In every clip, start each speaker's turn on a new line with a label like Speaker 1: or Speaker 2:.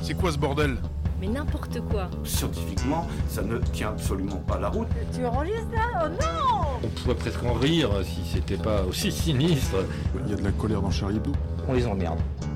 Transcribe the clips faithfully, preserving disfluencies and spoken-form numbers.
Speaker 1: C'est quoi ce bordel?
Speaker 2: Mais n'importe quoi.
Speaker 3: Scientifiquement, ça ne tient absolument pas la route.
Speaker 4: Tu enregistres là? Oh non!
Speaker 5: On pourrait presque en rire si c'était pas aussi sinistre.
Speaker 1: Il y a de la colère dans Charlie Hebdo.
Speaker 6: On les emmerde.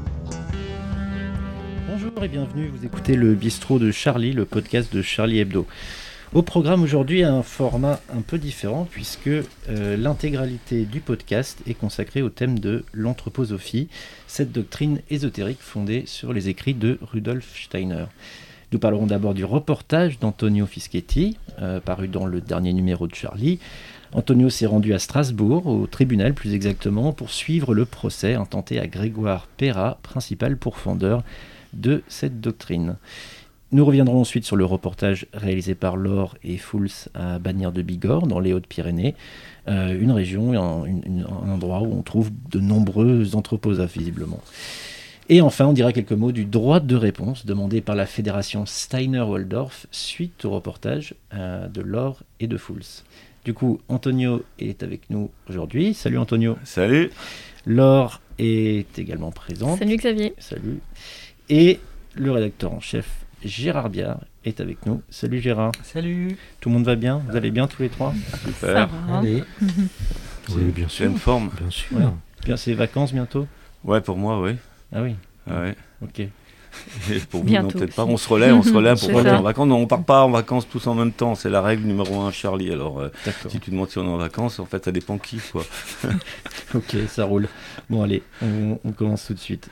Speaker 7: Bonjour et bienvenue, vous écoutez le Bistrot de Charlie, le podcast de Charlie Hebdo. Au programme aujourd'hui, un format un peu différent puisque euh, l'intégralité du podcast est consacrée au thème de l'anthroposophie, cette doctrine ésotérique fondée sur les écrits de Rudolf Steiner. Nous parlerons d'abord du reportage d'Antonio Fischetti, euh, paru dans le dernier numéro de Charlie. Antonio s'est rendu à Strasbourg, au tribunal plus exactement, pour suivre le procès intenté à Grégoire Perra, principal pourfendeur de cette doctrine. Nous reviendrons ensuite sur le reportage réalisé par Laure et Fouls à Bagnères de Bigorre, dans les Hautes-Pyrénées, euh, une région, un, une, un endroit où on trouve de nombreux anthroposophes, visiblement. Et enfin, on dira quelques mots du droit de réponse demandé par la fédération Steiner-Waldorf suite au reportage euh, de Laure et de Fouls. Du coup, Antonio est avec nous aujourd'hui. Salut Antonio.
Speaker 3: Salut.
Speaker 7: Laure est également présente.
Speaker 2: Salut Xavier.
Speaker 7: Salut. Et le rédacteur en chef, Gérard Biard, est avec nous. Salut Gérard.
Speaker 6: Salut.
Speaker 7: Tout le monde va bien? Vous allez bien tous les trois?
Speaker 3: Super.
Speaker 6: Allez.
Speaker 5: Oui, bien sûr.
Speaker 3: Pleine forme.
Speaker 5: Bien sûr.
Speaker 7: Ouais. Bien, c'est les vacances bientôt?
Speaker 3: Ouais, pour moi, oui.
Speaker 7: Ah oui.
Speaker 3: Ah ouais.
Speaker 7: Ok.
Speaker 3: Et pour vous,
Speaker 2: Bientôt
Speaker 3: non, peut-être
Speaker 2: aussi.
Speaker 3: pas. On se relaie, on se relaie pour
Speaker 2: C'est
Speaker 3: partir
Speaker 2: ça.
Speaker 3: en vacances. Non, on part pas en vacances tous en même temps. C'est la règle numéro un, Charlie. Alors, euh,
Speaker 7: D'accord.
Speaker 3: si tu demandes si on est en vacances, en fait, ça dépend qui, quoi.
Speaker 7: Ok, ça roule. Bon allez, on, on commence tout de suite.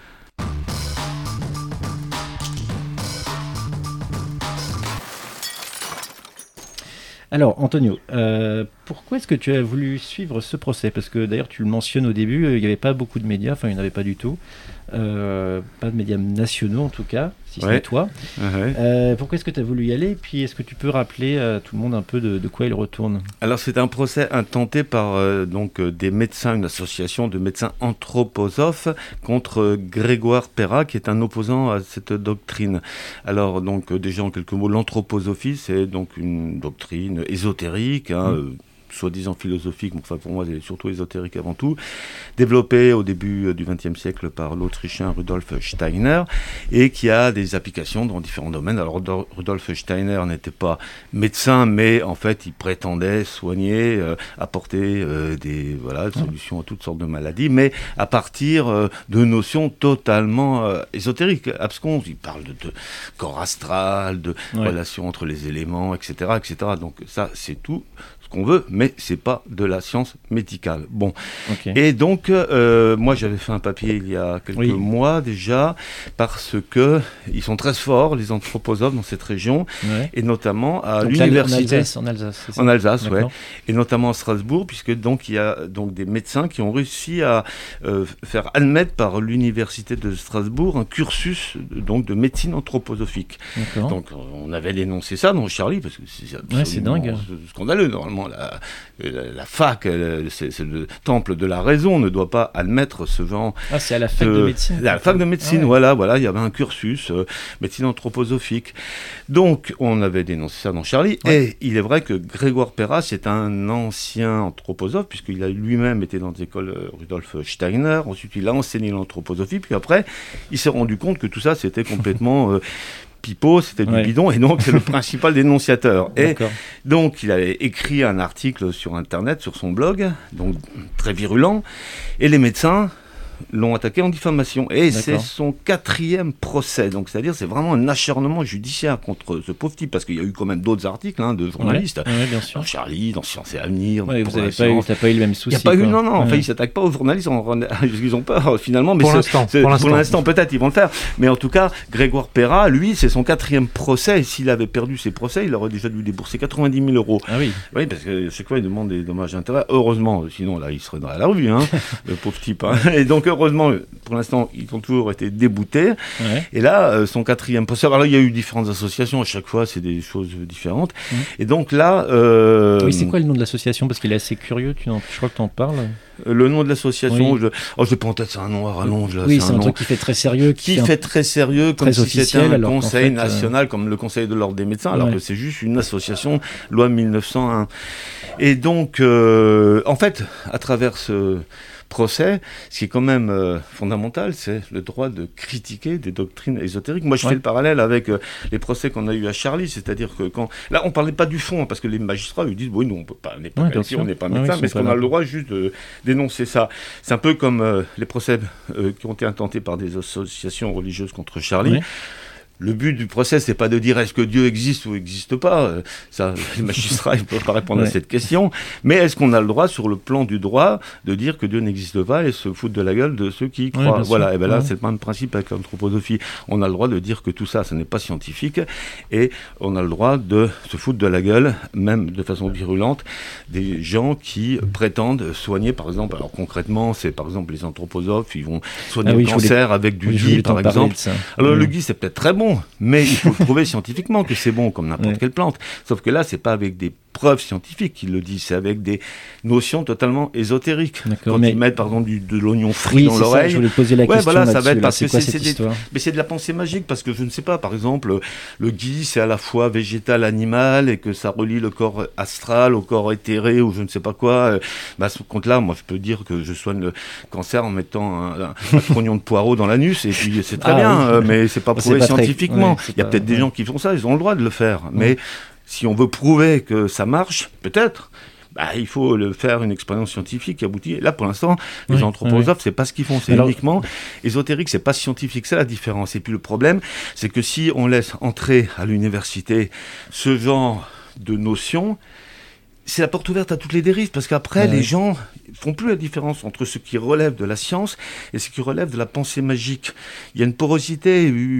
Speaker 7: Alors, Antonio, euh, pourquoi est-ce que tu as voulu suivre ce procès? Parce que d'ailleurs, tu le mentionnes au début, euh, il n'y avait pas beaucoup de médias, enfin, il n'y en avait pas du tout. Euh, pas de médias nationaux, en tout cas, si ce
Speaker 3: Ouais.
Speaker 7: n'est toi.
Speaker 3: Ouais.
Speaker 7: Euh, pourquoi est-ce que tu as voulu y aller? Puis, est-ce que tu peux rappeler à tout le monde un peu de, de quoi il retourne?
Speaker 3: Alors, c'est un procès intenté par euh, donc, euh, des médecins, une association de médecins anthroposophes contre euh, Grégoire Perra, qui est un opposant à cette doctrine. Alors, donc, euh, déjà en quelques mots, l'anthroposophie, c'est donc une doctrine ésotérique, hein,
Speaker 7: Mmh.
Speaker 3: euh, soi-disant philosophique, mais enfin pour moi c'est surtout ésotérique avant tout, développée au début euh, du vingtième siècle par l'Autrichien Rudolf Steiner, et qui a des applications dans différents domaines. Alors Rudolf- Rudolf Steiner n'était pas médecin, mais en fait il prétendait soigner, euh, apporter euh, des voilà, solutions à toutes sortes de maladies, mais à partir euh, de notions totalement euh, ésotériques, absconses. Il parle de, de corps astral, de
Speaker 7: Ouais.
Speaker 3: relations entre les éléments, et cetera, et cetera. Donc ça c'est tout ce qu'on veut, mais c'est pas de la science médicale. Bon.
Speaker 7: Ok.
Speaker 3: Et donc, euh, moi, j'avais fait un papier il y a quelques
Speaker 7: Oui.
Speaker 3: mois déjà, parce que ils sont très forts, les anthroposophes, dans cette région,
Speaker 7: Ouais.
Speaker 3: et notamment à
Speaker 7: Donc là,
Speaker 3: l'université.
Speaker 7: En Alsace, en Alsace, c'est ça?
Speaker 3: En Alsace, ouais.
Speaker 7: D'accord.
Speaker 3: Et notamment à Strasbourg, puisque donc il y a donc des médecins qui ont réussi à euh, faire admettre par l'université de Strasbourg un cursus donc de médecine anthroposophique.
Speaker 7: D'accord.
Speaker 3: Donc on avait dénoncé ça dans Charlie, parce que c'est
Speaker 7: Ouais, c'est
Speaker 3: absolument
Speaker 7: dingue.
Speaker 3: scandaleux. Normalement, la, la, la fac, euh, c'est, c'est le temple de la raison, ne doit pas admettre ce genre
Speaker 7: Ah, c'est à la fac de
Speaker 3: de-
Speaker 7: médecine.
Speaker 3: à la fac de médecine,
Speaker 7: Ah ouais.
Speaker 3: voilà, voilà, il y avait un cursus euh, médecine anthroposophique. Donc, on avait dénoncé ça dans Charlie.
Speaker 7: Ouais.
Speaker 3: Et il est vrai que Grégoire Perra, c'est un ancien anthroposophe, puisqu'il a lui-même été dans des écoles euh, Rudolf Steiner. Ensuite, il a enseigné l'anthroposophie. Puis après, il s'est rendu compte que tout ça, c'était complètement euh, pipeau, c'était
Speaker 7: Ouais.
Speaker 3: du bidon. Et donc, c'est le principal dénonciateur. Et
Speaker 7: D'accord.
Speaker 3: donc, il avait écrit un article sur Internet, sur son blog, donc très virulent, et les médecins l'ont attaqué en diffamation. Et c'est
Speaker 7: D'accord.
Speaker 3: son quatrième procès. Donc, c'est-à-dire, c'est vraiment un acharnement judiciaire contre ce pauvre type, parce qu'il y a eu quand même d'autres articles hein, de journalistes,
Speaker 7: Ouais, ouais, bien sûr.
Speaker 3: dans Charlie, dans Science et Avenir,
Speaker 7: Ouais,
Speaker 3: dans
Speaker 7: vous avez
Speaker 3: Pour
Speaker 7: pas
Speaker 3: la
Speaker 7: eu,
Speaker 3: Science.
Speaker 7: t'as pas eu le même
Speaker 3: Il
Speaker 7: souci.
Speaker 3: n'y a pas eu,
Speaker 7: quoi.
Speaker 3: non, non, enfin,
Speaker 7: Ouais.
Speaker 3: ils ne s'attaquent pas aux journalistes, en- ils ont peur, finalement. Mais
Speaker 6: Pour
Speaker 3: c'est-
Speaker 6: l'instant,
Speaker 3: c'est-
Speaker 6: pour l'instant.
Speaker 3: peut-être, ils vont le faire. Mais en tout cas, Grégoire Perra, lui, c'est son quatrième procès, et s'il avait perdu ses procès, il aurait déjà dû débourser quatre-vingt-dix mille euros.
Speaker 7: Ah oui.
Speaker 3: Oui, parce que chaque fois, il demande des dommages d'intérêt. Heureusement, sinon, là, il serait dans la revue, hein, le pauvre type. Hein. Et donc, heureusement, pour l'instant, ils ont toujours été déboutés.
Speaker 7: Ouais.
Speaker 3: Et là, euh, son quatrième procès. Alors là, il y a eu différentes associations. À chaque fois, c'est des choses différentes.
Speaker 7: Mhm.
Speaker 3: Et donc là... euh,
Speaker 7: Oui, c'est quoi le nom de l'association? Parce qu'il est assez curieux, tu en- je crois que tu en parles.
Speaker 3: Le nom de l'association,
Speaker 7: Oui.
Speaker 3: je... oh, je l'ai pas en tête, c'est un nom à rallonge. Là,
Speaker 7: Oui,
Speaker 3: c'est
Speaker 7: c'est
Speaker 3: un
Speaker 7: un
Speaker 3: nom
Speaker 7: truc qui fait très sérieux.
Speaker 3: qui
Speaker 7: est un-
Speaker 3: fait très sérieux, comme
Speaker 7: très
Speaker 3: si c'était
Speaker 7: officiel,
Speaker 3: un
Speaker 7: alors qu'en
Speaker 3: conseil
Speaker 7: fait, euh,
Speaker 3: national, comme le conseil de l'ordre des médecins, alors
Speaker 7: Ouais.
Speaker 3: que c'est juste une association, loi mille neuf cent un. Et donc, euh, en fait, à travers ce procès, ce qui est quand même euh, fondamental, c'est le droit de critiquer des doctrines ésotériques. Moi, je ouais. fais le parallèle avec euh, les procès qu'on a eu à Charlie, c'est-à-dire que quand... Là, on ne parlait pas du fond, hein, parce que les magistrats, ils disent, oui, nous, on peut pas, on n'est pas, ouais, ici, on n'est pas médecin, ouais, mais est-ce qu'on a le droit juste de dénoncer ça? C'est un peu comme euh, les procès euh, qui ont été intentés par des associations religieuses contre Charlie. Ouais. Le but du procès, c'est pas de dire est-ce que Dieu existe ou n'existe pas. Euh, ça, les magistrats, ils ne peuvent pas répondre ouais. à cette question. Mais est-ce qu'on a le droit, sur le plan du droit, de dire que Dieu n'existe pas et se foutre de la gueule de ceux qui y croient? Ouais, voilà. Et ben là, ouais. c'est le même principe avec l'anthroposophie. On a le droit de dire que tout ça, ce n'est pas scientifique, et on a le droit de se foutre de la gueule, même de façon virulente, des gens qui prétendent soigner, par exemple. Alors concrètement, c'est par exemple les anthroposophes, ils vont soigner ah, oui, le cancer voulais... avec du oui, gui, par exemple. Alors mmh. le gui, c'est peut-être très bon. Mais il faut le prouver scientifiquement que c'est bon, comme n'importe ouais. quelle plante. Sauf que là, c'est pas avec des preuves scientifiques qu'ils le disent, c'est avec des notions totalement ésotériques. D'accord, Quand mais... ils mettent, par exemple, du, de l'oignon frit
Speaker 7: oui,
Speaker 3: dans l'oreille...
Speaker 7: Oui, je voulais poser la
Speaker 3: ouais,
Speaker 7: question
Speaker 3: voilà, ça va être
Speaker 7: là,
Speaker 3: parce
Speaker 7: c'est
Speaker 3: que
Speaker 7: quoi
Speaker 3: c'est,
Speaker 7: cette
Speaker 3: c'est
Speaker 7: histoire
Speaker 3: des... Mais c'est de la pensée magique, parce que je ne sais pas, par exemple, le gui, c'est à la fois végétal, animal, et que ça relie le corps astral au corps éthéré, ou je ne sais pas quoi. Bah, à ce compte-là, moi, je peux dire que je soigne le cancer en mettant un, un, un trognon de poireau dans l'anus, et puis c'est très ah, bien, oui. mais c'est pas prouvé c'est pas scientifiquement. Très... Ouais, Il y a pas... peut-être des ouais. gens qui font ça, ils ont le droit de le faire, ouais. mais si on veut prouver que ça marche, peut-être, bah, il faut le faire une expérience scientifique qui aboutit. Là, pour l'instant, les oui, anthroposophes, oui. c'est pas ce qu'ils font, c'est Alors... uniquement ésotérique, c'est pas scientifique, c'est la différence. Et puis le problème, c'est que si on laisse entrer à l'université ce genre de notions, c'est la porte ouverte à toutes les dérives, parce qu'après, ouais. les gens font plus la différence entre ce qui relève de la science et ce qui relève de la pensée magique. Il y a une porosité,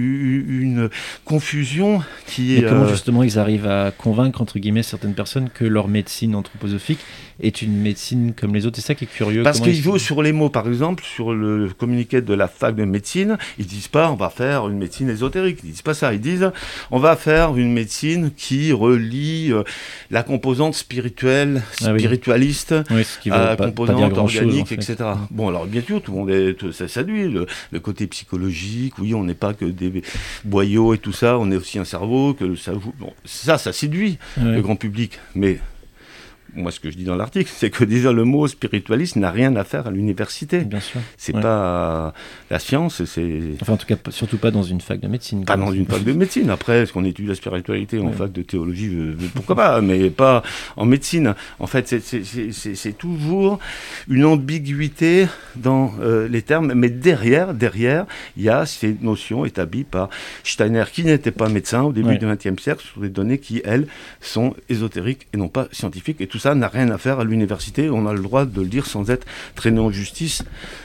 Speaker 3: une confusion qui est...
Speaker 7: Et comment euh... justement ils arrivent à convaincre, entre guillemets, certaines personnes que leur médecine anthroposophique est une médecine comme les autres? C'est ça qui est curieux.
Speaker 3: Parce
Speaker 7: comment
Speaker 3: qu'ils jouent sur les mots, par exemple, sur le communiqué de la fac de médecine, ils disent pas on va faire une médecine ésotérique, ils disent pas ça, ils disent on va faire une médecine qui relie euh, la composante spirituelle, spiritualiste, ah oui. Oui, à la composante organique, chose, en fait. et cetera. Bon, alors bien sûr, tout le monde est, tout, ça séduit, le, le côté psychologique, oui, on n'est pas que des boyaux et tout ça, on est aussi un cerveau, que le cerveau, bon, ça, ça séduit ouais. le grand public, mais... Moi, ce que je dis dans l'article, c'est que déjà le mot spiritualiste n'a rien à faire à l'université.
Speaker 7: Bien sûr.
Speaker 3: C'est
Speaker 7: ouais.
Speaker 3: pas la science, c'est...
Speaker 7: Enfin, en tout cas, surtout pas dans une fac de médecine.
Speaker 3: Pas dans une fac de médecine. Après, est-ce qu'on étudie la spiritualité en ouais. fac de théologie? Pourquoi pas, mais pas en médecine. En fait, c'est, c'est, c'est, c'est, c'est toujours une ambiguïté dans euh, les termes. Mais derrière, derrière, il y a ces notions établies par Steiner, qui n'était pas médecin au début ouais. du vingtième siècle, sur des données qui, elles, sont ésotériques et non pas scientifiques. Et tout ça n'a rien à faire à l'université, on a le droit de le dire sans être traîné en justice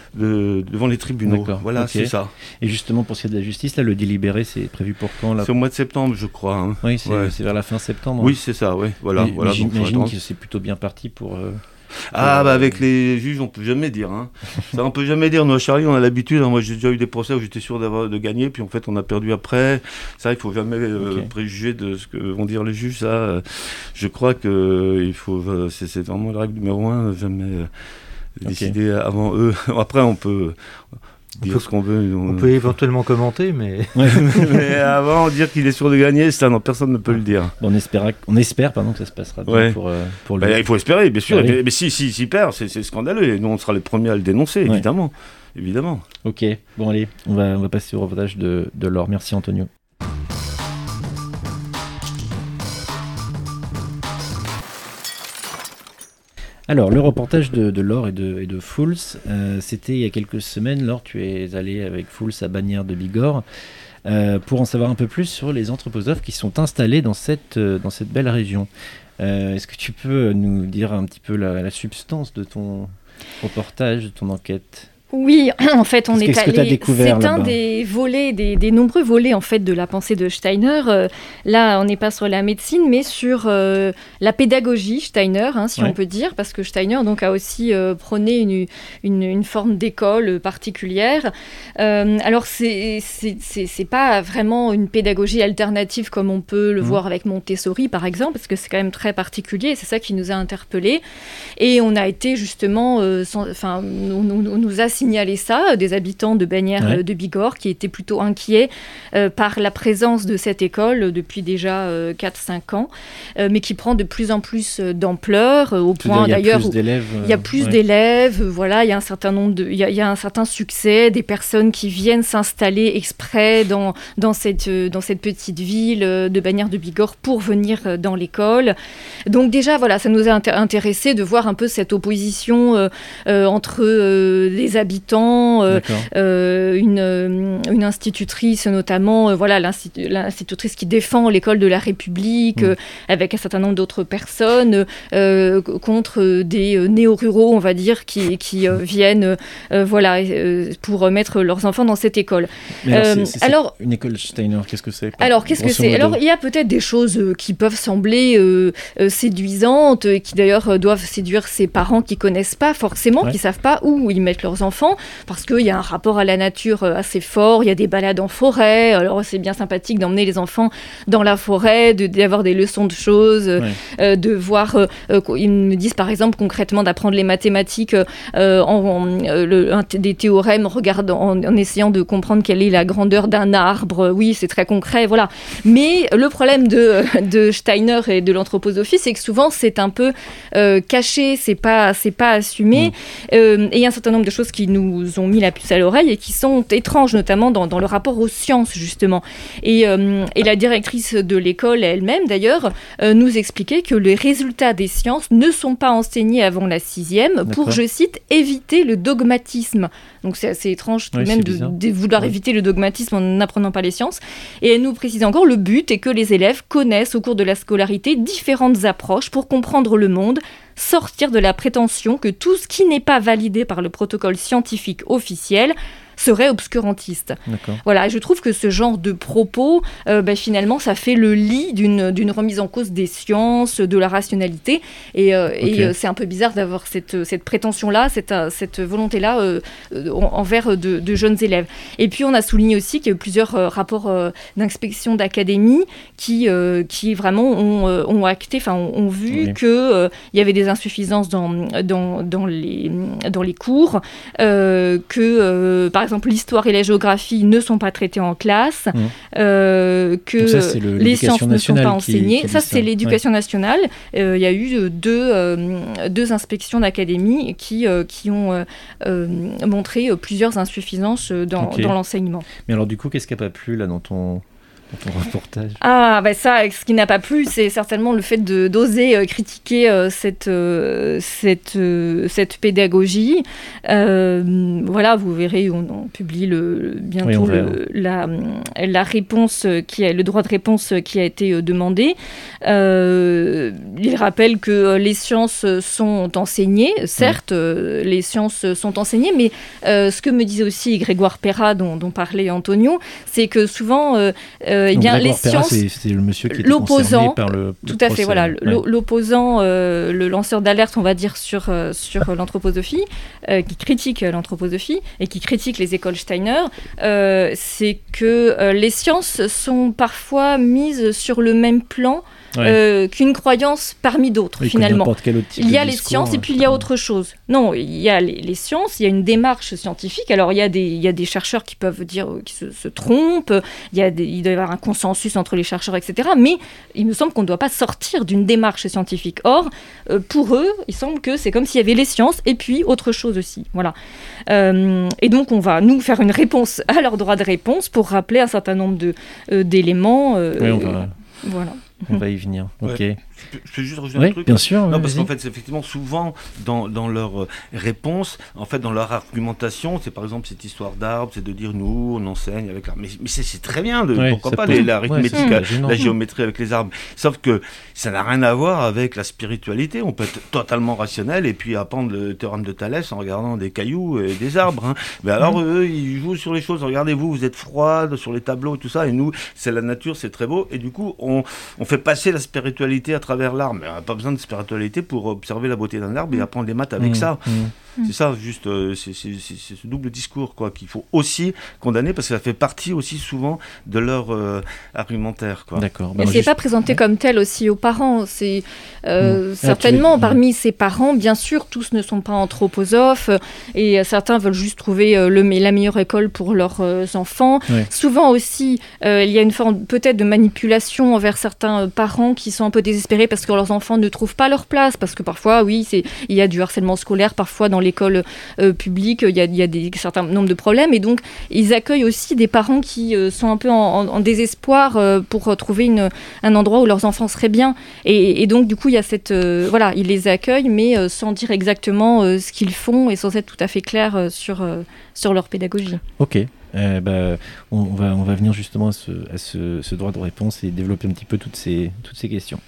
Speaker 3: de, devant les tribunaux. D'accord. Voilà, okay. c'est ça.
Speaker 7: Et justement, pour ce qui est de la justice, là, le délibéré, c'est prévu pour quand là?
Speaker 3: C'est au mois de septembre, je crois. Hein.
Speaker 7: Oui, c'est, ouais. c'est vers la fin septembre.
Speaker 3: Oui, c'est ça, oui. Voilà,
Speaker 7: mais,
Speaker 3: voilà,
Speaker 7: mais j'imagine que c'est plutôt bien parti pour... Euh...
Speaker 3: Ah, bah avec les juges, on peut jamais dire. Hein. Ça, on peut jamais dire. Nous, à Charlie, on a l'habitude. Hein. Moi, j'ai déjà eu des procès où j'étais sûr d'avoir, de gagner, puis en fait, on a perdu après. Ça, il faut jamais euh, okay. préjuger de ce que vont dire les juges. Ça, euh, je crois que euh, il faut. Euh, c'est, c'est vraiment la règle numéro un. Jamais euh, décider okay. avant eux. Après, on peut. Dire
Speaker 2: on peut,
Speaker 3: ce qu'on veut.
Speaker 2: On, on peut éventuellement commenter, mais...
Speaker 3: mais avant, dire qu'il est sûr de gagner, ça, non, personne ne peut le dire.
Speaker 7: On espère, on espère pardon, que ça se passera bien ouais. pour, euh, pour lui.
Speaker 3: Bah, il faut espérer, bien sûr. Ah, oui. Mais, mais si, si, s'il perd, c'est, c'est scandaleux. Et nous, on sera les premiers à le dénoncer, ouais. évidemment. évidemment.
Speaker 7: Ok, bon allez, on va, on va passer au reportage de, de Laure. Merci Antonio. Alors, le reportage de, de Laure et de, et de Fools, euh, c'était il y a quelques semaines. Laure, tu es allée avec Fools à Bagnères de Bigorre euh, pour en savoir un peu plus sur les anthroposophes qui sont installés dans cette, euh, dans cette belle région. Euh, est-ce que tu peux nous dire un petit peu la, la substance de ton reportage, de ton enquête ?
Speaker 6: Oui, en fait, on
Speaker 7: Qu'est-ce
Speaker 6: est allé.
Speaker 7: C'est
Speaker 6: là-bas.
Speaker 7: un
Speaker 6: des volets, des, des nombreux volets en fait de la pensée de Steiner. Euh, là, on n'est pas sur la médecine, mais sur euh, la pédagogie Steiner, hein, si ouais. on peut dire, parce que Steiner donc a aussi euh, prôné une, une, une forme d'école particulière. Euh, alors, c'est, c'est c'est c'est pas vraiment une pédagogie alternative comme on peut le mmh. voir avec Montessori, par exemple, parce que c'est quand même très particulier. C'est ça qui nous a interpellés, et on a été justement, enfin, euh, on nous a signalé ça, des habitants de Bagnères
Speaker 7: Ouais.
Speaker 6: euh, de Bigorre qui étaient plutôt inquiets euh, par la présence de cette école euh, depuis déjà euh, quatre cinq ans, euh, mais qui prend de plus en plus euh, d'ampleur, euh, au
Speaker 7: Tu veux
Speaker 6: point
Speaker 7: dire, il y a
Speaker 6: d'ailleurs
Speaker 7: plus
Speaker 6: où
Speaker 7: d'élèves. euh,
Speaker 6: il y a plus
Speaker 7: ouais.
Speaker 6: d'élèves, euh, voilà, il y a un certain nombre de, il y a, il y a un certain succès, des personnes qui viennent s'installer exprès dans, dans, cette, euh, dans cette petite ville euh, de Bagnères de Bigorre pour venir euh, dans l'école. Donc déjà, voilà, ça nous a inté- intéressé de voir un peu cette opposition euh, euh, entre euh, les habitants, euh,
Speaker 7: D'accord.
Speaker 6: euh, une, euh, une institutrice notamment, euh, voilà, l'institu- l'institutrice qui défend l'école de la République,
Speaker 7: Mmh.
Speaker 6: euh, avec un certain nombre d'autres personnes, euh, c- contre euh, des euh, néo-ruraux, on va dire, qui, qui euh, viennent euh, voilà, euh, pour mettre leurs enfants dans cette école.
Speaker 7: Mais alors,
Speaker 6: Euh,
Speaker 7: c'est- c'est- c'est
Speaker 6: alors-
Speaker 7: une école Steiner, qu'est-ce que c'est
Speaker 6: Alors, qu'est-ce que
Speaker 7: grosso
Speaker 6: c'est
Speaker 7: modo?
Speaker 6: Alors, il y a peut-être des choses euh, qui peuvent sembler euh, euh, séduisantes, euh, qui d'ailleurs euh, doivent séduire ces parents qui connaissent pas forcément,
Speaker 7: Ouais.
Speaker 6: qui savent pas où ils mettent leurs enfants, parce qu'il y a un rapport à la nature euh, assez fort. Il y a des balades en forêt. Alors, c'est bien sympathique d'emmener les enfants dans la forêt, de- d'avoir des leçons de choses, euh,
Speaker 7: Ouais.
Speaker 6: euh, de voir. euh, euh, ils me disent par exemple concrètement d'apprendre les mathématiques euh, en, en- euh, le- un t- des théorèmes, regardant, en, en essayant de comprendre quelle est la grandeur d'un arbre. Oui, c'est très concret, voilà. Mais le problème de, de Steiner et de l'anthroposophie, c'est que souvent c'est un peu euh, caché, c'est pas, c'est pas assumé.
Speaker 7: Mm.
Speaker 6: Euh, et il y a un certain nombre de choses qui nous ont mis la puce à l'oreille et qui sont étranges, notamment dans, dans le rapport aux sciences, justement. Et, euh, et la directrice de l'école elle-même, d'ailleurs, euh, nous expliquait que les résultats des sciences ne sont pas enseignés avant la sixième pour,
Speaker 7: D'accord.
Speaker 6: je cite, éviter le dogmatisme. Donc c'est assez étrange tout de
Speaker 7: Oui,
Speaker 6: même
Speaker 7: c'est
Speaker 6: de,
Speaker 7: bizarre.
Speaker 6: de vouloir
Speaker 7: Ouais.
Speaker 6: éviter le dogmatisme en n'apprenant pas les sciences. Et elle nous précise encore, le but est que les élèves connaissent au cours de la scolarité différentes approches pour comprendre le monde, sortir de la prétention que tout ce qui n'est pas validé par le protocole scientifique officiel serait obscurantiste.
Speaker 7: D'accord.
Speaker 6: Voilà, et je trouve que ce genre de propos, euh, ben, finalement, ça fait le lit d'une, d'une remise en cause des sciences, de la rationalité, et, euh, et
Speaker 7: Ok.
Speaker 6: euh, c'est un peu bizarre d'avoir cette, cette prétention-là, cette, euh, cette volonté-là euh, euh, en- envers de, de jeunes élèves. Et puis, on a souligné aussi qu'il y a eu plusieurs euh, rapports euh, d'inspection d'académie qui, euh, qui vraiment ont, euh, ont acté, enfin, ont, ont vu
Speaker 7: Oui.
Speaker 6: qu'il euh, y avait des insuffisances dans, dans, dans, les, dans les cours, euh, que, euh, par exemple, l'histoire et la géographie ne sont pas traitées en classe,
Speaker 7: Mmh.
Speaker 6: euh, que
Speaker 7: Donc ça, c'est le-
Speaker 6: les
Speaker 7: l'éducation
Speaker 6: sciences ne sont
Speaker 7: nationale
Speaker 6: pas
Speaker 7: qui-
Speaker 6: enseignées.
Speaker 7: qui dit
Speaker 6: ça,
Speaker 7: ça.
Speaker 6: c'est l'éducation nationale. Euh, Il y a eu euh, deux, euh, deux inspections d'académie qui, euh, qui ont euh, euh, montré euh, plusieurs insuffisances euh, dans,
Speaker 7: Ok.
Speaker 6: dans l'enseignement.
Speaker 7: Mais alors, du coup, qu'est-ce qui n'a pas plu là dans ton, dans ton reportage?
Speaker 6: Ah, bah ça, ce qui n'a pas plu, c'est certainement le fait de, d'oser euh, critiquer euh, cette, euh, cette, euh, cette pédagogie. Euh, voilà, vous verrez, on, on publie le, bientôt
Speaker 7: Oui, on
Speaker 6: le-
Speaker 7: verra.
Speaker 6: la, la réponse, qui a, le droit de réponse qui a été euh, demandé. Euh, il rappelle que euh, les sciences sont enseignées, certes, euh, les sciences sont enseignées, mais euh, ce que me disait aussi Grégoire Perra, dont, dont parlait Antonio, c'est que souvent, euh, euh, eh
Speaker 7: Donc,
Speaker 6: bien, les
Speaker 7: Grégoire Perra,
Speaker 6: sciences...
Speaker 7: c'est, c'est le monsieur qui était
Speaker 6: l'opposant,
Speaker 7: concerné par le, le
Speaker 6: Tout à fait,
Speaker 7: procès.
Speaker 6: voilà.
Speaker 7: Ouais.
Speaker 6: L'o- L'opposant, euh, le lanceur d'alerte, on va dire, sur, euh, sur l'anthroposophie, euh, qui critique l'anthroposophie et qui critique les écoles Steiner, euh, c'est que euh, les sciences sont parfois mises sur le même plan
Speaker 7: Ouais.
Speaker 6: euh, qu'une croyance parmi d'autres,
Speaker 7: Oui, comme
Speaker 6: finalement.
Speaker 7: n'importe quel autre type
Speaker 6: Il y
Speaker 7: de
Speaker 6: a les
Speaker 7: discours,
Speaker 6: sciences et
Speaker 7: hein.
Speaker 6: puis il y a autre chose. Non, il y a les, les sciences, il y a une démarche scientifique. Alors il y a des, il y a des chercheurs qui peuvent dire euh, qui se, se trompent, il, y a des, il doit y avoir un consensus entre les chercheurs, et cetera. Mais il me semble qu'on ne doit pas sortir d'une démarche scientifique. Or, euh, pour eux, il semble que c'est comme s'il y avait les sciences et puis autre chose aussi. Voilà. Euh, et donc on va nous faire une réponse à leur droit de réponse pour rappeler un certain nombre de, euh, d'éléments. euh,
Speaker 7: Oui, on va,
Speaker 6: Voilà.
Speaker 7: on va y venir. Ok.
Speaker 3: Ouais. Je peux- je peux juste revenir
Speaker 7: Oui,
Speaker 3: un truc.
Speaker 7: bien sûr.
Speaker 3: Non,
Speaker 7: ouais,
Speaker 3: parce
Speaker 7: vas-y.
Speaker 3: qu'en fait, c'est effectivement, souvent, dans, dans leur euh, réponse, en fait, dans leur argumentation, c'est par exemple cette histoire d'arbre, c'est de dire nous, on enseigne avec l'arbre. Mais, mais c'est, c'est très bien, de,
Speaker 7: Ouais,
Speaker 3: pourquoi
Speaker 7: ça
Speaker 3: pas,
Speaker 7: pose-
Speaker 3: les-
Speaker 7: ouais,
Speaker 3: l'arithmétique,
Speaker 7: c'est
Speaker 3: la,
Speaker 7: pas gênant.
Speaker 3: la géométrie avec les arbres. Sauf que ça n'a rien à voir avec la spiritualité. On peut être totalement rationnel et puis apprendre le théorème de Thalès en regardant des cailloux et des arbres. Hein. Mais alors,
Speaker 7: Mmh.
Speaker 3: eux, ils jouent sur les choses. Regardez-vous, vous êtes froide sur les tableaux et tout ça. Et nous, c'est la nature, c'est très beau. Et du coup, on, on fait passer la spiritualité à travers l'arbre. Mais on n'a pas besoin de spiritualité pour observer la beauté d'un arbre et apprendre les maths avec
Speaker 7: Mmh,
Speaker 3: ça.
Speaker 7: mmh.
Speaker 3: Mmh. C'est ça, juste, euh, c'est, c'est, c'est, c'est ce double discours quoi, qu'il faut aussi condamner parce que ça fait partie aussi souvent de leur euh, argumentaire. Quoi.
Speaker 7: D'accord.
Speaker 6: Bah, et c'est juste... pas présenté ouais. comme tel aussi aux parents. C'est euh, mmh. certainement
Speaker 7: les...
Speaker 6: parmi ces parents, bien sûr, tous ne sont pas anthroposophes et certains veulent juste trouver euh, le, la meilleure école pour leurs euh, enfants. Ouais. Souvent aussi, euh, il y a une forme peut-être de manipulation envers certains euh, parents qui sont un peu désespérés parce que leurs enfants ne trouvent pas leur place, parce que parfois, oui, c'est, il y a du harcèlement scolaire, parfois dans l'école euh, publique, il y a, il y a des, un certain nombre de problèmes, et donc ils accueillent aussi des parents qui euh, sont un peu en, en, en désespoir euh, pour trouver une, un endroit où leurs enfants seraient bien, et, et donc du coup, il y a cette... Euh, voilà, ils les accueillent, mais euh, sans dire exactement euh, ce qu'ils font, et sans être tout à fait clair euh, sur, euh, sur leur pédagogie.
Speaker 7: Ok. Euh, bah, on, on, va, on va venir justement à, ce, à ce, ce droit de réponse et développer un petit peu toutes ces, toutes ces questions.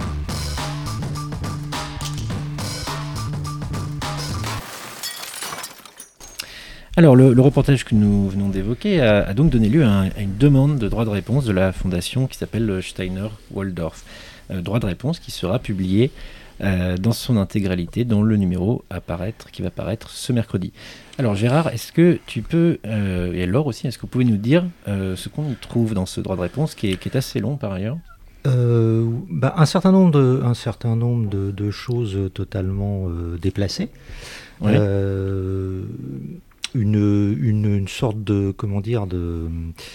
Speaker 7: Alors, le, le reportage que nous venons d'évoquer a, a donc donné lieu à, un, à une demande de droit de réponse de la fondation qui s'appelle Steiner-Waldorf. Euh, droit de réponse qui sera publié euh, dans son intégralité dans le numéro à paraître, qui va paraître ce mercredi. Alors Gérard, est-ce que tu peux, euh, et Laure aussi, est-ce que vous pouvez nous dire euh, ce qu'on y trouve dans ce droit de réponse qui est, qui est assez long par ailleurs ?
Speaker 2: Euh, bah, un certain nombre de, un certain nombre de, de choses totalement euh, déplacées. Ouais. Euh, une, une, une sorte de, comment dire, de...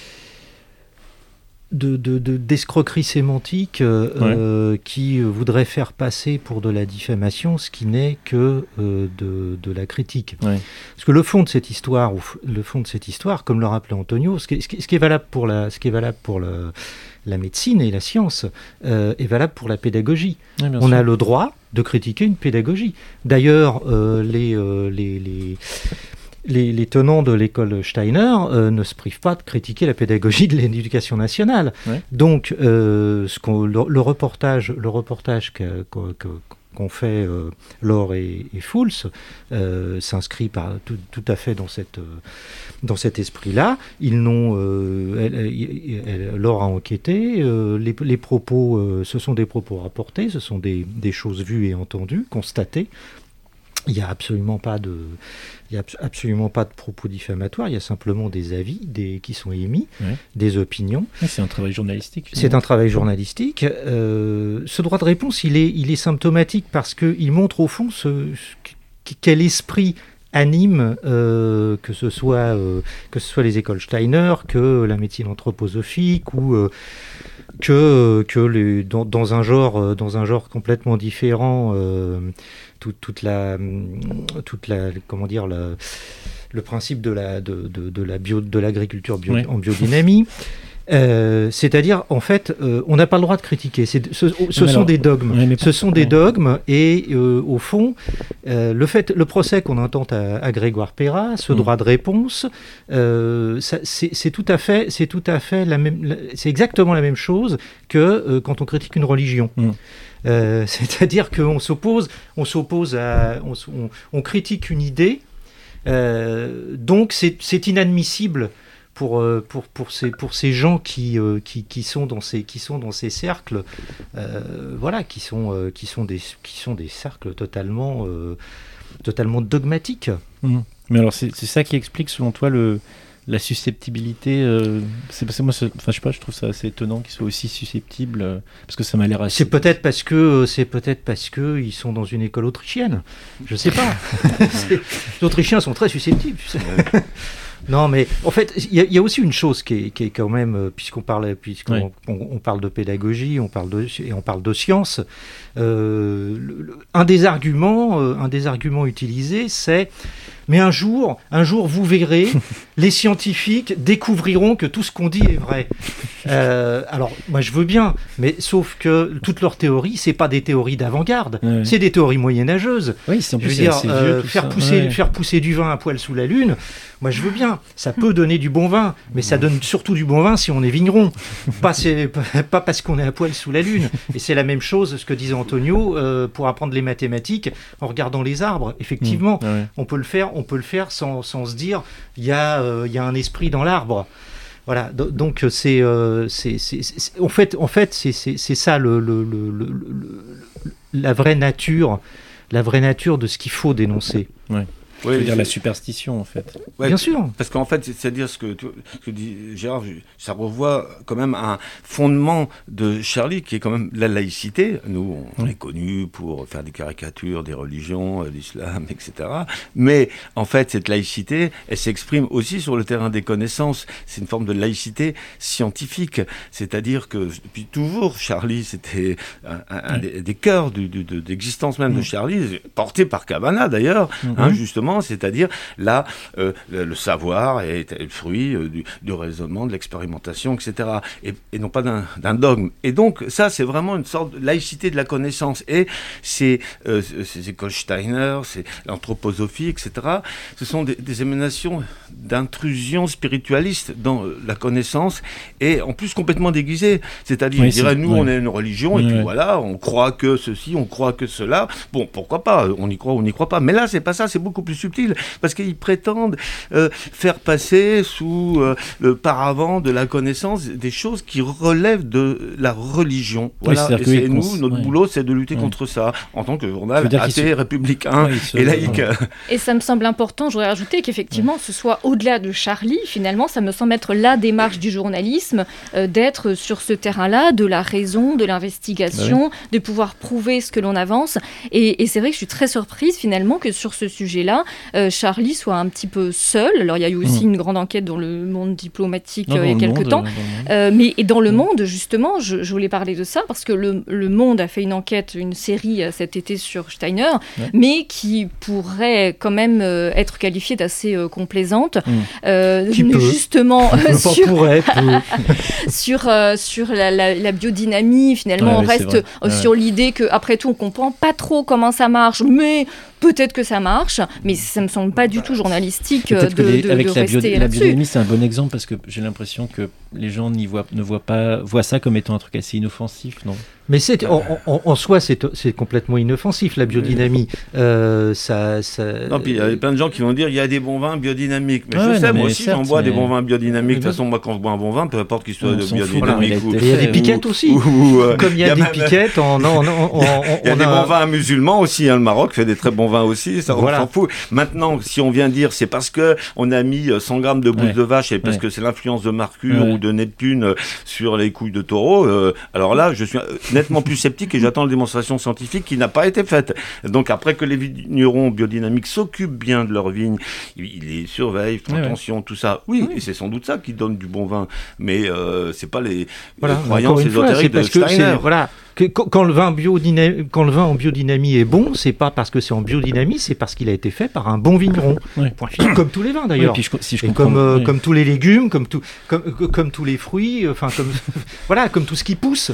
Speaker 2: De, de, de, d'escroquerie sémantique euh, ouais. euh, qui voudrait faire passer pour de la diffamation ce qui n'est que euh, de, de la critique. Ouais. Parce que le fond de cette histoire, le fond de cette histoire, comme le rappelait Antonio, ce qui, ce qui, ce qui est valable pour la, ce qui est valable pour le, la médecine et la science euh, est valable pour la pédagogie. Ouais, On sûr. a le droit de critiquer une pédagogie. D'ailleurs, euh, les, euh, les, les Les, les tenants de l'école Steiner euh, ne se privent pas de critiquer la pédagogie de l'éducation nationale. Ouais. Donc, euh, ce qu'on, le, le reportage, le reportage que, que, que, qu'ont fait euh, Laure et, et Fouls euh, s'inscrit par, tout, tout à fait dans, cette, euh, dans cet esprit-là. Ils n'ont, euh, elle, elle, elle, Laure a enquêté. Euh, les, les propos, euh, ce sont des propos rapportés, ce sont des, des choses vues et entendues, constatées. Il n'y a absolument pas de, il y a absolument pas de propos diffamatoires. Il y a simplement des avis, des qui sont émis, ouais. des opinions.
Speaker 7: Ouais, c'est un travail journalistique.
Speaker 2: C'est un travail journalistique. Euh, ce droit de réponse, il est, il est symptomatique parce que il montre au fond ce, ce quel esprit anime, euh, que ce soit euh, que ce soit les écoles Steiner, que la médecine anthroposophique ou euh, que que les, dans, dans un genre dans un genre complètement différent. Euh, Toute, toute la, toute la, comment dire, la, le principe de la, de, de, de la bio, de l'agriculture bio, oui. en biodynamie. Euh, c'est-à-dire, en fait, euh, on n'a pas le droit de critiquer. C'est, ce ce sont alors, des dogmes. Oui, ce sont des dogmes. Et euh, au fond, euh, le, fait, le procès qu'on intente à, à Grégoire Perra, ce mmh. droit de réponse, euh, ça, c'est, c'est tout à fait, c'est tout à fait la même, la, c'est exactement la même chose que euh, quand on critique une religion. Mmh. Euh, c'est-à-dire qu'on s'oppose, on s'oppose à, on, on, on critique une idée, euh, donc c'est, c'est inadmissible pour, pour, pour, ces, pour ces gens qui, euh, qui, qui, sont dans ces, qui sont dans ces cercles, euh, voilà, qui sont, euh, qui, sont des, qui sont des cercles totalement, euh, totalement dogmatiques.
Speaker 7: Mmh. Mais alors c'est, c'est ça qui explique selon toi le... La susceptibilité, euh, c'est parce que moi, c'est, enfin, je sais pas, je trouve ça assez étonnant qu'ils soient aussi susceptibles, euh, parce que ça m'a l'air assez...
Speaker 2: C'est peut-être parce que, c'est peut-être parce que ils sont dans une école autrichienne, je sais pas. Les Autrichiens sont très susceptibles, tu sais. Non, mais en fait, il y, y a aussi une chose qui est, qui est quand même, puisqu'on parle, puisqu'on oui. on, on parle de pédagogie, on parle de et on parle de science. Euh, le, le, un des arguments, euh, un des arguments utilisés, c'est mais un jour, un jour, vous verrez, les scientifiques découvriront que tout ce qu'on dit est vrai. Euh, alors, moi, je veux bien, mais sauf que toutes leurs théories, c'est pas des théories d'avant-garde, ouais. c'est des théories moyenâgeuses.
Speaker 7: Oui, c'est en plus,
Speaker 2: je veux dire,
Speaker 7: c'est
Speaker 2: euh,
Speaker 7: vieux,
Speaker 2: faire
Speaker 7: ça.
Speaker 2: pousser,
Speaker 7: ouais.
Speaker 2: faire pousser du vin à poil sous la lune. Moi, je veux bien. Ça peut donner du bon vin, mais ça donne surtout du bon vin si on est vigneron, pas, c'est, pas parce qu'on est à poil sous la lune. Et c'est la même chose, ce que disait Antonio, euh, pour apprendre les mathématiques en regardant les arbres. Effectivement, mmh, ouais. on peut le faire. On peut le faire sans, sans se dire il y a euh, il y a un esprit dans l'arbre. Voilà, donc c'est, euh, c'est, c'est, c'est en fait en fait c'est, c'est, c'est ça le, le, le, le, le, la vraie nature la vraie nature de ce qu'il faut dénoncer.
Speaker 7: Ouais.
Speaker 3: Oui,
Speaker 7: je veux dire
Speaker 3: c'est...
Speaker 7: la superstition en fait.
Speaker 3: Ouais,
Speaker 2: bien sûr.
Speaker 3: Parce qu'en fait, c'est-à-dire ce que, tu, ce que dit Gérard, ça revoit quand même un fondement de Charlie qui est quand même la laïcité. Nous, on oui. est connus pour faire des caricatures des religions, euh, l'islam, et cetera. Mais en fait, cette laïcité, elle s'exprime aussi sur le terrain des connaissances. C'est une forme de laïcité scientifique. C'est-à-dire que depuis toujours, Charlie, c'était un, un, un des, des cœurs du, du, de, d'existence même oui. de Charlie, porté par Cabana d'ailleurs, mm-hmm. hein, justement. C'est-à-dire là, euh, le, le savoir est, est le fruit euh, du, du raisonnement, de l'expérimentation, et cetera. Et, et non pas d'un, d'un dogme. Et donc ça, c'est vraiment une sorte de laïcité de la connaissance. Et ces, euh, ces écoles Steiner, c'est l'anthroposophie, et cetera. Ce sont des, des émanations d'intrusion spiritualiste dans euh, la connaissance, et en plus complètement déguisées. C'est-à-dire, oui, je dirais, nous, oui. on est une religion, oui, et puis oui. voilà, on croit que ceci, on croit que cela. Bon, pourquoi pas, on y croit ou on n'y croit pas. Mais là, c'est pas ça, c'est beaucoup plus subtil, parce qu'ils prétendent euh, faire passer sous euh, le paravent de la connaissance des choses qui relèvent de la religion. Voilà. Oui, et c'est nous, cons... notre ouais. boulot, c'est de lutter ouais. contre ça, en tant que journal athée, républicain ouais, se... et laïque. Ouais.
Speaker 6: Et ça me semble important, j'aurais rajouté qu'effectivement, ouais. ce soit au-delà de Charlie, finalement, ça me semble être la démarche du journalisme, euh, d'être sur ce terrain-là, de la raison, de l'investigation, ouais. de pouvoir prouver ce que l'on avance. Et, et c'est vrai que je suis très surprise, finalement, que sur ce sujet-là, Euh, Charlie soit un petit peu seul. Alors il y a eu aussi mmh. une grande enquête dans le monde diplomatique euh, il y a quelques monde, temps. Euh, euh, mais et dans le mmh. monde, justement, je, je voulais parler de ça parce que le, le Monde a fait une enquête, une série euh, cet été sur Steiner, ouais. mais qui pourrait quand même euh, être qualifiée d'assez euh, complaisante.
Speaker 2: Mmh. Euh, qui peut.
Speaker 6: Justement euh, sur,
Speaker 2: pourrait,
Speaker 6: sur, euh, sur la, la, la biodynamie. Finalement, ouais, on reste euh, sur ouais. l'idée qu'après tout, on comprend pas trop comment ça marche, mais peut-être que ça marche, mais ça me semble pas du tout journalistique de,
Speaker 7: que les,
Speaker 6: de,
Speaker 7: avec
Speaker 6: de
Speaker 7: la
Speaker 6: rester
Speaker 7: bio,
Speaker 6: là-dessus.
Speaker 7: La biodynamie, c'est un bon exemple parce que j'ai l'impression que les gens n'y voient, ne voient pas, voient ça comme étant un truc assez inoffensif, non ?
Speaker 2: Mais c'est, en, en, en soi, c'est, c'est complètement inoffensif, la biodynamie. Euh, ça, ça...
Speaker 3: Non, puis il y a plein de gens qui vont dire il y a des bons vins biodynamiques. Mais ouais, je sais, non, moi mais aussi, certes, j'en bois mais... des bons vins biodynamiques. De toute façon, moi, quand je bois un bon vin, peu importe qu'il soit de biodynamique.
Speaker 2: Il y a des piquettes aussi. Comme il y a des piquettes, on
Speaker 3: Il y a des bons vins musulmans aussi. Le Maroc fait des très bons vins aussi. Ça, on s'en fout. Maintenant, si on vient dire c'est parce qu'on a mis cent grammes de bouse de vache et parce que c'est l'influence de Mercure ou de Neptune sur les couilles de taureau, alors là, je suis nettement plus sceptique et j'attends la démonstration scientifique qui n'a pas été faite. Donc après que les vignerons biodynamiques s'occupent bien de leurs vignes, ils les surveillent, font ouais, attention, ouais. tout ça. Oui, oui, et c'est sans doute ça qui donne du bon vin. Mais euh, c'est pas les, voilà, les croyances ésotériques de Steiner.
Speaker 2: Voilà. Que, quand, le vin biodynamie, quand le vin en biodynamie est bon, c'est pas parce que c'est en biodynamie, c'est parce qu'il a été fait par un bon vigneron. Oui. Point final, comme tous les vins d'ailleurs. Oui, je, si je et comme, euh, oui. comme tous les légumes, comme, tout, comme, comme tous les fruits, enfin comme voilà, comme tout ce qui pousse.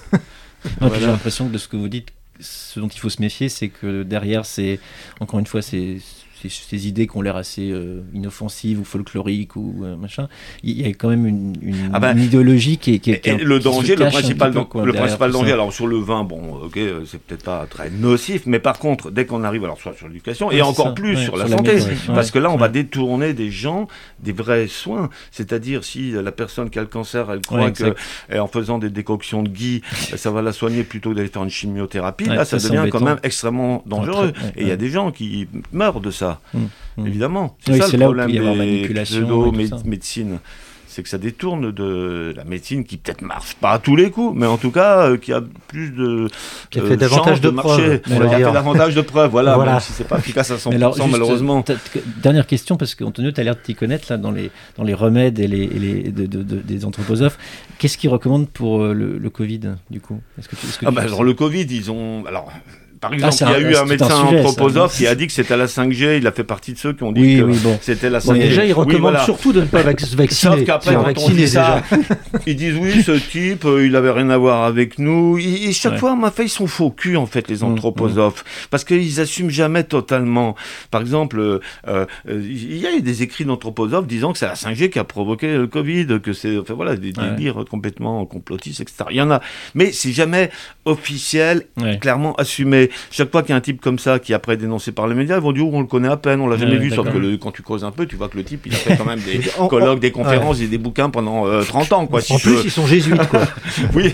Speaker 7: Non, voilà. J'ai l'impression que de ce que vous dites, ce dont il faut se méfier, c'est que derrière, c'est encore une fois, c'est Ces, ces idées qui ont l'air assez euh, inoffensives ou folkloriques ou euh, machin, il y a quand même une, une, ah ben, une idéologie qui est, qui est, qui est
Speaker 3: et un, le danger,
Speaker 7: qui
Speaker 3: le principal, peu, quoi, le principal danger.
Speaker 7: Ça.
Speaker 3: Alors sur le vin, bon, ok, c'est peut-être pas très nocif, mais par contre, dès qu'on arrive, alors soit sur l'éducation ouais, et encore ça. plus ouais, sur la sur santé, la parce ouais, que là, on ouais. va détourner des gens des vrais soins. C'est-à-dire si la personne qui a le cancer, elle croit ouais, que, en faisant des décoctions de gui, ça va la soigner plutôt que d'aller faire une chimiothérapie. Ouais, là, ça, ça devient quand même extrêmement dangereux. Et il y a des gens qui meurent de ça. Mmh. Évidemment, c'est oui, ça c'est le problème des pseudo-médecine. C'est que ça détourne de la médecine qui peut-être marche pas à tous les coups, mais en tout cas euh, qui a plus de
Speaker 2: qui a fait euh, davantage de, de
Speaker 3: preuves, qui a fait davantage de preuves, voilà, voilà. Même si c'est pas efficace à cent pour cent alors, juste, malheureusement.
Speaker 7: Dernière question parce qu'Antonio, tu as l'air de t'y connaître là dans les dans les remèdes et les, et les de, de, de, des anthroposophes. Qu'est-ce qu'ils recommandent pour euh, le, le Covid du coup ? Est-ce que tu, est-ce que
Speaker 3: ah
Speaker 7: tu
Speaker 3: bah, alors le Covid, ils ont alors. Par exemple, ah, il y a
Speaker 7: un,
Speaker 3: eu un médecin un sujet, anthroposophe qui a dit que c'était la cinq G, il a fait partie de ceux qui ont dit oui, que oui, bon. c'était la cinq G.
Speaker 2: Bon, déjà, ils recommandent oui, voilà. surtout de ne pas vac- vacciner.
Speaker 3: Sauf qu'après, quand on dit ça, ils disent oui, ce type, euh, il n'avait rien à voir avec nous. Et, et chaque ouais. fois, on m'a fait, ils sont faux cul, en fait, les anthroposophes. Mmh, mmh. Parce qu'ils n'assument jamais totalement. Par exemple, euh, euh, il y a eu des écrits d'anthroposophes disant que c'est la cinq G qui a provoqué le Covid, que c'est, enfin voilà, des délires ouais. complètement complotistes, et cetera. Il y en a. Mais c'est jamais officiel, ouais. clairement assumé. chaque fois qu'il y a un type comme ça qui est après dénoncé par les médias, ils vont dire, oh, on le connaît à peine, on l'a jamais
Speaker 7: Ouais,
Speaker 3: vu,
Speaker 7: d'accord.
Speaker 3: sauf que le, quand tu creuses un peu, tu vois que le type, il a fait quand même des
Speaker 2: En-
Speaker 3: colloques,
Speaker 2: en-
Speaker 3: des conférences et des bouquins pendant euh, trente ans, quoi. Si
Speaker 2: en
Speaker 3: je
Speaker 2: plus,
Speaker 3: veux.
Speaker 2: ils sont jésuites, quoi.
Speaker 3: Oui.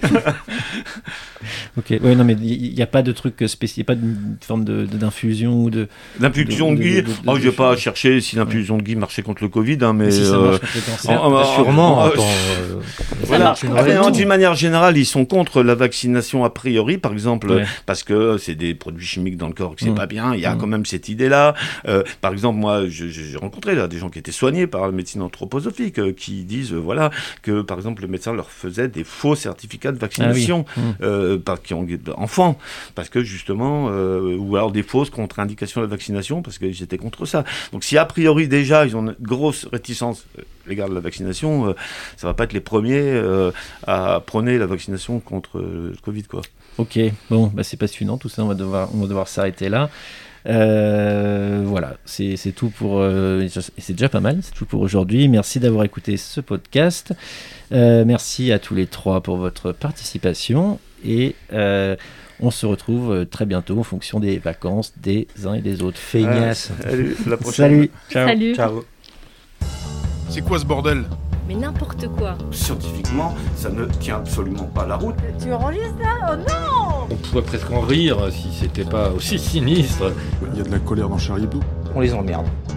Speaker 7: Ok, ouais, non, mais il n'y a pas de truc spécial, pas de forme de, de- d'infusion ou de.
Speaker 3: L'impulsion
Speaker 7: de-
Speaker 3: de
Speaker 7: de-
Speaker 3: Guy,
Speaker 7: de- de-
Speaker 3: oh, je vais
Speaker 7: de-
Speaker 3: pas chercher si l'impulsion de Guy marchait contre le Covid, hein, mais.
Speaker 7: si ça
Speaker 3: euh,
Speaker 7: marche contre le cancer.
Speaker 3: en- en-
Speaker 2: Sûrement.
Speaker 3: en-
Speaker 2: attends, euh,
Speaker 3: Voilà.
Speaker 6: marche contre
Speaker 3: Après,
Speaker 6: tout.
Speaker 3: d'une manière générale, ils sont contre la vaccination a priori, par exemple,
Speaker 7: Ouais.
Speaker 3: parce que c'est des produits chimiques dans le corps, que c'est
Speaker 7: Mm.
Speaker 3: pas bien. Il y a
Speaker 7: Mm.
Speaker 3: quand même cette idée-là. Euh, par exemple, moi, je- je- j'ai rencontré là des gens qui étaient soignés par la médecine anthroposophique, euh, qui disent, euh, voilà, que par exemple, le médecin leur faisait des faux certificats de vaccination,
Speaker 7: Ah oui. Mm.
Speaker 3: euh, par, qui ont enfants, parce que justement, euh, ou alors des fausses contre-indications de la vaccination, parce qu'ils étaient contre ça. Donc, si a priori déjà ils ont une grosse réticence euh, l'égard de la vaccination, euh, ça va pas être les premiers euh, à prôner la vaccination contre euh, le Covid, quoi.
Speaker 7: Ok, bon, bah, c'est passionnant tout ça, on va devoir, on va devoir s'arrêter là. Euh, voilà, c'est c'est tout pour. euh, et c'est déjà pas mal, c'est tout pour aujourd'hui. Merci d'avoir écouté ce podcast. Euh, merci à tous les trois pour votre participation. Et euh, on se retrouve euh, très bientôt en fonction des vacances des uns et des autres.
Speaker 2: Feignasse.
Speaker 3: Euh, salut, à la prochaine.
Speaker 7: Salut, ciao.
Speaker 6: Salut.
Speaker 2: Ciao.
Speaker 1: C'est quoi ce bordel?
Speaker 6: Mais n'importe quoi.
Speaker 3: Scientifiquement, ça ne tient absolument pas la route.
Speaker 4: Tu enregistres là? Oh non!
Speaker 5: On pourrait presque en rire si c'était pas aussi sinistre.
Speaker 1: Il y a de la colère dans Charlie Hebdo.
Speaker 2: On les emmerde.